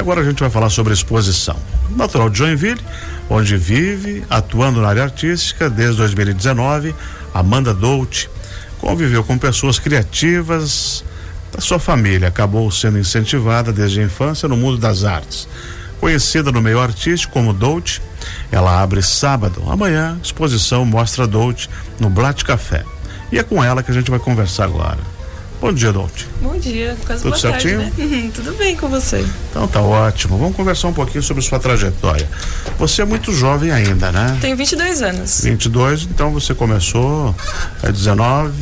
agora a gente vai falar sobre a exposição. Natural de Joinville, onde vive, atuando na área artística desde 2019, Amanda Dolce conviveu com pessoas criativas da sua família, acabou sendo incentivada desde a infância no mundo das artes. Conhecida no meio artístico como Dolce, ela abre sábado. Amanhã, exposição mostra Dolce no Blatt Café. E é com ela que a gente vai conversar agora. Bom dia, Dolce. Bom dia, quase tudo boa certinho? Tarde, né? Tudo bem com você? Então tá ótimo. Vamos conversar um pouquinho sobre sua trajetória. Você é muito jovem ainda, né? Tenho 22 anos. 22, então você começou 19,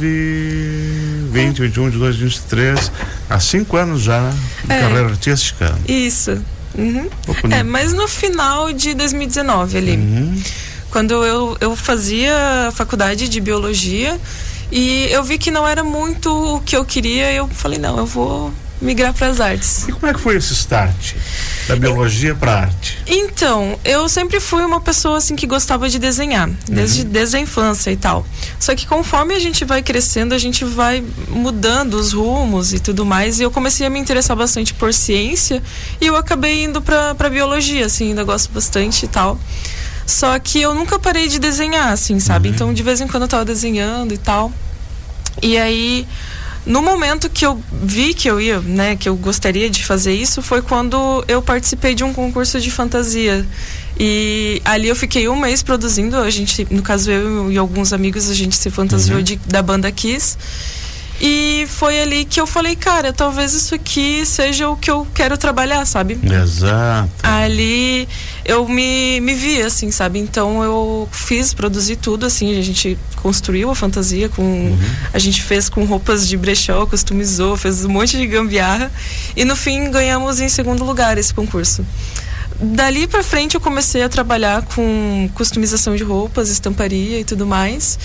20, 21, 22, 23, há 5 anos já de carreira artística. Isso. Uhum. Mas no final de 2019 ali, quando eu fazia faculdade de biologia e eu vi que não era muito o que eu queria, eu falei, não, eu vou migrar para as artes. E como é que foi esse start da biologia para arte? Então, eu sempre fui uma pessoa assim que gostava de desenhar, desde a infância e tal. Só que conforme a gente vai crescendo, a gente vai mudando os rumos e tudo mais, e eu comecei a me interessar bastante por ciência e eu acabei indo para biologia, assim, ainda gosto bastante e tal. Só que eu nunca parei de desenhar, assim, sabe? Então, de vez em quando eu tava desenhando e tal. E aí, no momento que eu vi que eu ia, né, que eu gostaria de fazer isso, foi quando eu participei de um concurso de fantasia. E ali eu fiquei um mês produzindo, a gente, no caso eu e alguns amigos, a gente se fantasiou da banda Kiss. E foi ali que eu falei, cara, talvez isso aqui seja o que eu quero trabalhar, sabe? Exato. Ali eu me vi, assim, sabe? Então eu produzi tudo, assim, a gente construiu a fantasia a gente fez com roupas de brechó, customizou, fez um monte de gambiarra e no fim ganhamos em segundo lugar esse concurso. Dali pra frente eu comecei a trabalhar com customização de roupas, estamparia e tudo mais.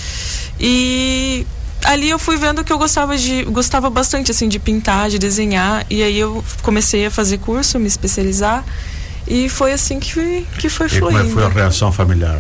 E ali eu fui vendo que eu gostava bastante, assim, de pintar, de desenhar, e aí eu comecei a fazer curso, me especializar, e foi assim que foi fluindo. E como é que foi a reação familiar?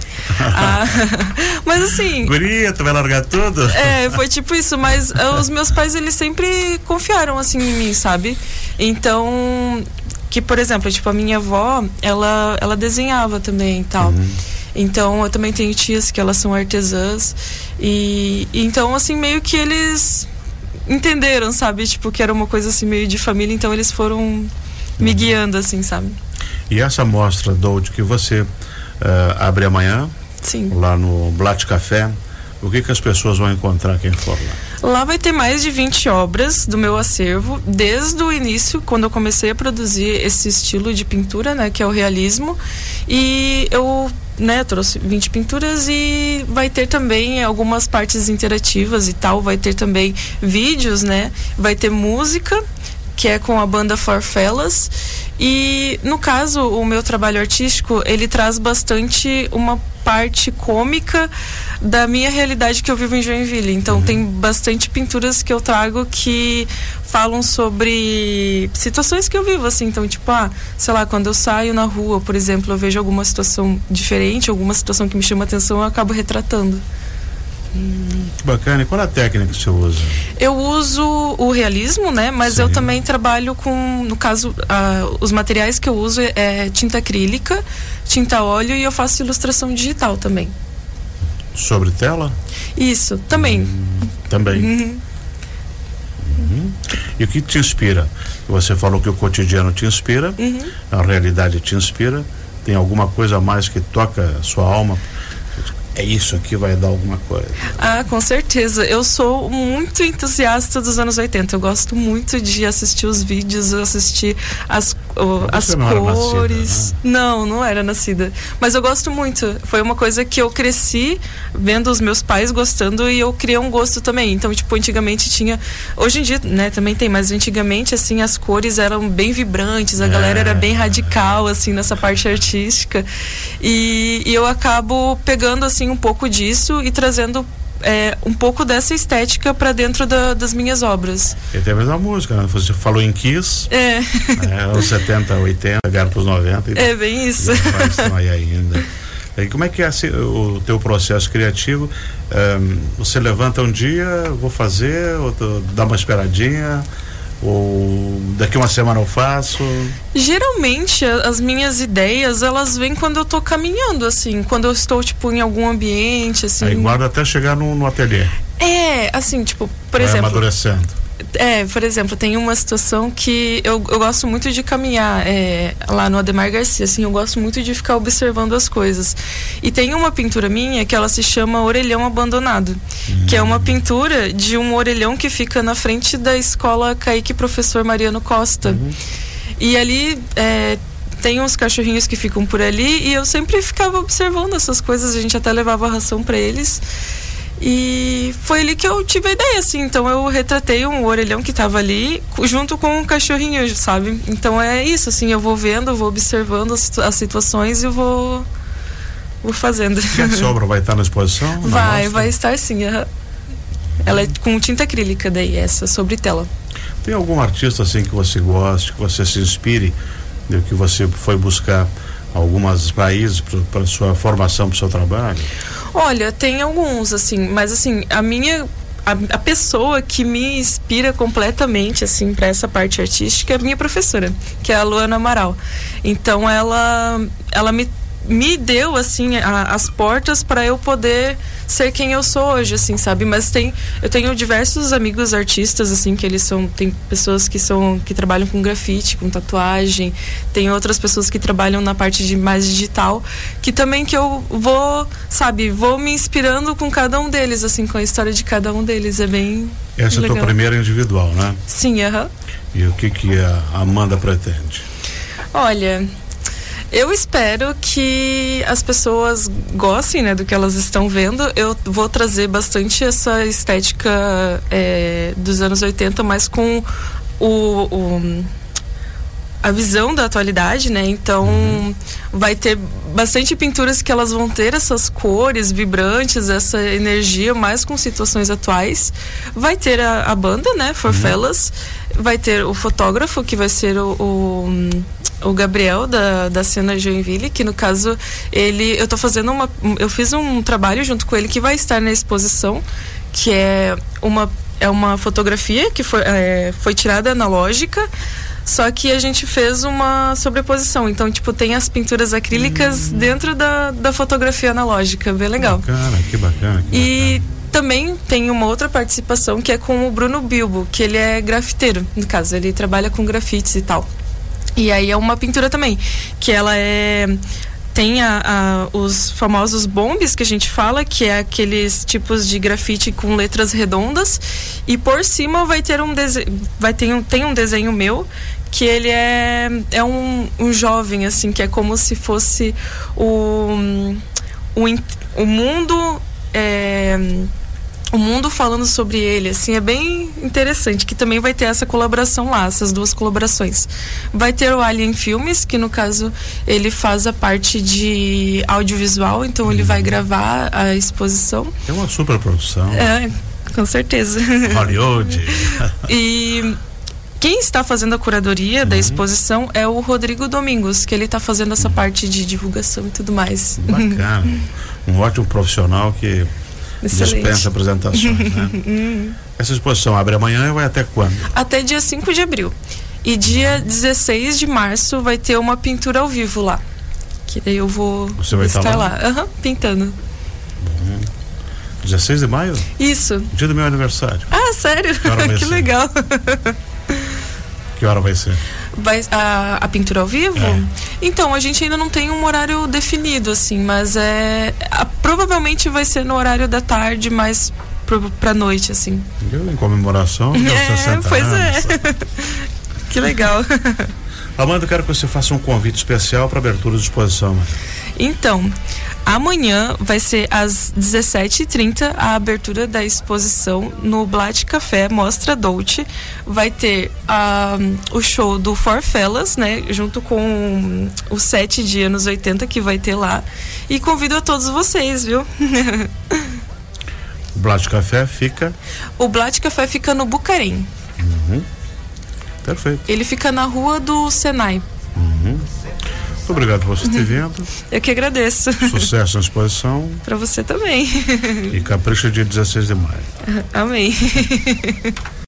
Mas assim... Guria, tu vai largar tudo? Foi tipo isso, mas os meus pais, eles sempre confiaram, assim, em mim, sabe? Então, que, por exemplo, tipo, a minha avó, ela desenhava também e tal. Então, eu também tenho tias que elas são artesãs e então, assim, meio que eles entenderam, sabe? Tipo, que era uma coisa, assim, meio de família, então eles foram me guiando, assim, sabe? E essa mostra, Dolce, que você abre amanhã, sim, lá no Blatt Café, o que as pessoas vão encontrar quem for lá? Lá vai ter mais de 20 obras do meu acervo, desde o início, quando eu comecei a produzir esse estilo de pintura, né, que é o realismo, e eu trouxe 20 pinturas e vai ter também algumas partes interativas e tal, vai ter também vídeos, né, vai ter música, que é com a banda For Fellas, e no caso o meu trabalho artístico, ele traz bastante uma parte cômica da minha realidade que eu vivo em Joinville, então tem bastante pinturas que eu trago que falam sobre situações que eu vivo, assim, então tipo, sei lá, quando eu saio na rua, por exemplo, eu vejo alguma situação diferente, alguma situação que me chama atenção, eu acabo retratando. Que bacana. E qual é a técnica que você usa? Eu uso o realismo, né? Mas eu também trabalho com, no caso, os materiais que eu uso é tinta acrílica, tinta óleo e eu faço ilustração digital também. Sobre tela? Isso, também. Também. E o que te inspira? Você falou que o cotidiano te inspira, a realidade te inspira. Tem alguma coisa a mais que toca a sua alma? É isso aqui, vai dar alguma coisa. Com certeza. Eu sou muito entusiasta dos anos 80. Eu gosto muito de assistir os vídeos, assistir as cores. Não era nascida. Mas eu gosto muito. Foi uma coisa que eu cresci vendo os meus pais gostando e eu criei um gosto também. Então, tipo, antigamente tinha... Hoje em dia, né, também tem, mas antigamente, assim, as cores eram bem vibrantes, a galera era bem radical, assim, nessa parte artística. E eu acabo pegando, assim, um pouco disso e trazendo um pouco dessa estética para dentro das minhas obras. E tem a mesma música, né? Você falou em Kiss, anos 70, 80, vieram para os 90. É bem isso. Estão aí ainda. E como é que é o teu processo criativo? Você levanta um dia, vou fazer, ou dá uma esperadinha, Ou daqui uma semana eu faço? Geralmente as minhas ideias, elas vêm quando eu tô caminhando, assim, quando eu estou, tipo, em algum ambiente, assim. Aí guarda até chegar no ateliê. Assim, tipo, por Vai exemplo. Amadurecendo. Por exemplo, tem uma situação que eu gosto muito de caminhar lá no Ademar Garcia, assim, eu gosto muito de ficar observando as coisas. E tem uma pintura minha que ela se chama Orelhão Abandonado, que é uma pintura de um orelhão que fica na frente da escola Kaique Professor Mariano Costa. E ali tem uns cachorrinhos que ficam por ali e eu sempre ficava observando essas coisas, a gente até levava ração para eles. E foi ali que eu tive a ideia, assim. Então eu retratei um orelhão que tava ali junto com um cachorrinho, sabe? Então é isso, assim, eu vou vendo, eu vou observando as situações e vou fazendo. E a sobra vai estar na exposição? Vai estar sim. Ela é com tinta acrílica daí, essa sobre tela. Tem algum artista assim que você goste, que você se inspire, que você foi buscar algumas raízes para sua formação, para o seu trabalho? Olha, tem alguns, assim, mas assim, a pessoa que me inspira completamente, assim, para essa parte artística é a minha professora, que é a Luana Amaral. Então ela me deu, assim, as portas para eu poder ser quem eu sou hoje, assim, sabe? Mas eu tenho diversos amigos artistas, assim, que tem pessoas que trabalham com grafite, com tatuagem, tem outras pessoas que trabalham na parte de mais digital, que também que eu vou me inspirando com cada um deles, assim, com a história de cada um deles, é bem Essa legal. É a tua primeira individual, né? Sim, E o que a Amanda pretende? Olha, eu espero que as pessoas gostem, né, do que elas estão vendo. Eu vou trazer bastante essa estética dos anos 80, mas com a visão da atualidade, né? Então vai ter bastante pinturas que elas vão ter essas cores vibrantes, essa energia, mais com situações atuais. Vai ter a banda, né, Forfellas. Vai ter o fotógrafo, que vai ser o Gabriel da cena Joinville, que no caso eu fiz um trabalho junto com ele que vai estar na exposição, que é uma fotografia que foi tirada analógica, só que a gente fez uma sobreposição, então tipo tem as pinturas acrílicas dentro da fotografia analógica, bem legal. Que bacana. E também tem uma outra participação que é com o Bruno Bilbo, que ele é grafiteiro, no caso, ele trabalha com grafites e tal. E aí é uma pintura também, que ela tem os famosos bombes que a gente fala, que é aqueles tipos de grafite com letras redondas, e por cima vai ter tem um desenho meu, que ele é um jovem, assim, que é como se fosse o mundo... o mundo falando sobre ele, assim, é bem interessante, que também vai ter essa colaboração lá, essas duas colaborações. Vai ter o Alien Filmes, que no caso ele faz a parte de audiovisual, então ele vai gravar a exposição. É uma super produção. Com certeza. Hollywood. E quem está fazendo a curadoria da exposição é o Rodrigo Domingos, que ele está fazendo essa parte de divulgação e tudo mais. Bacana. Um ótimo profissional que dispensa apresentações, né? Essa exposição abre amanhã e vai até quando? Até dia 5 de abril. E dia 16 de março vai ter uma pintura ao vivo lá. Que daí eu vou estar lá. Pintando. 16 de maio? Isso. Dia do meu aniversário. Ah, sério? Que legal. Que hora vai ser? A pintura ao vivo? Então, a gente ainda não tem um horário definido, assim, mas provavelmente vai ser no horário da tarde, mais pra noite, assim. Em comemoração dos 60 pois anos. Que legal. Amanda, eu quero que você faça um convite especial para abertura de exposição. Então, amanhã vai ser às 17h30 a abertura da exposição no Blatt Café Mostra Dolce. Vai ter o show do Forfellas, né? Junto com o 7 de anos 80 que vai ter lá. E convido a todos vocês, viu? O Blatt Café fica? O Blatt Café fica no Bucarém. Perfeito. Ele fica na rua do Senai. Muito obrigado por você ter vindo. Eu que agradeço. Sucesso na exposição. Para você também. E capricha dia 16 de maio. Amém.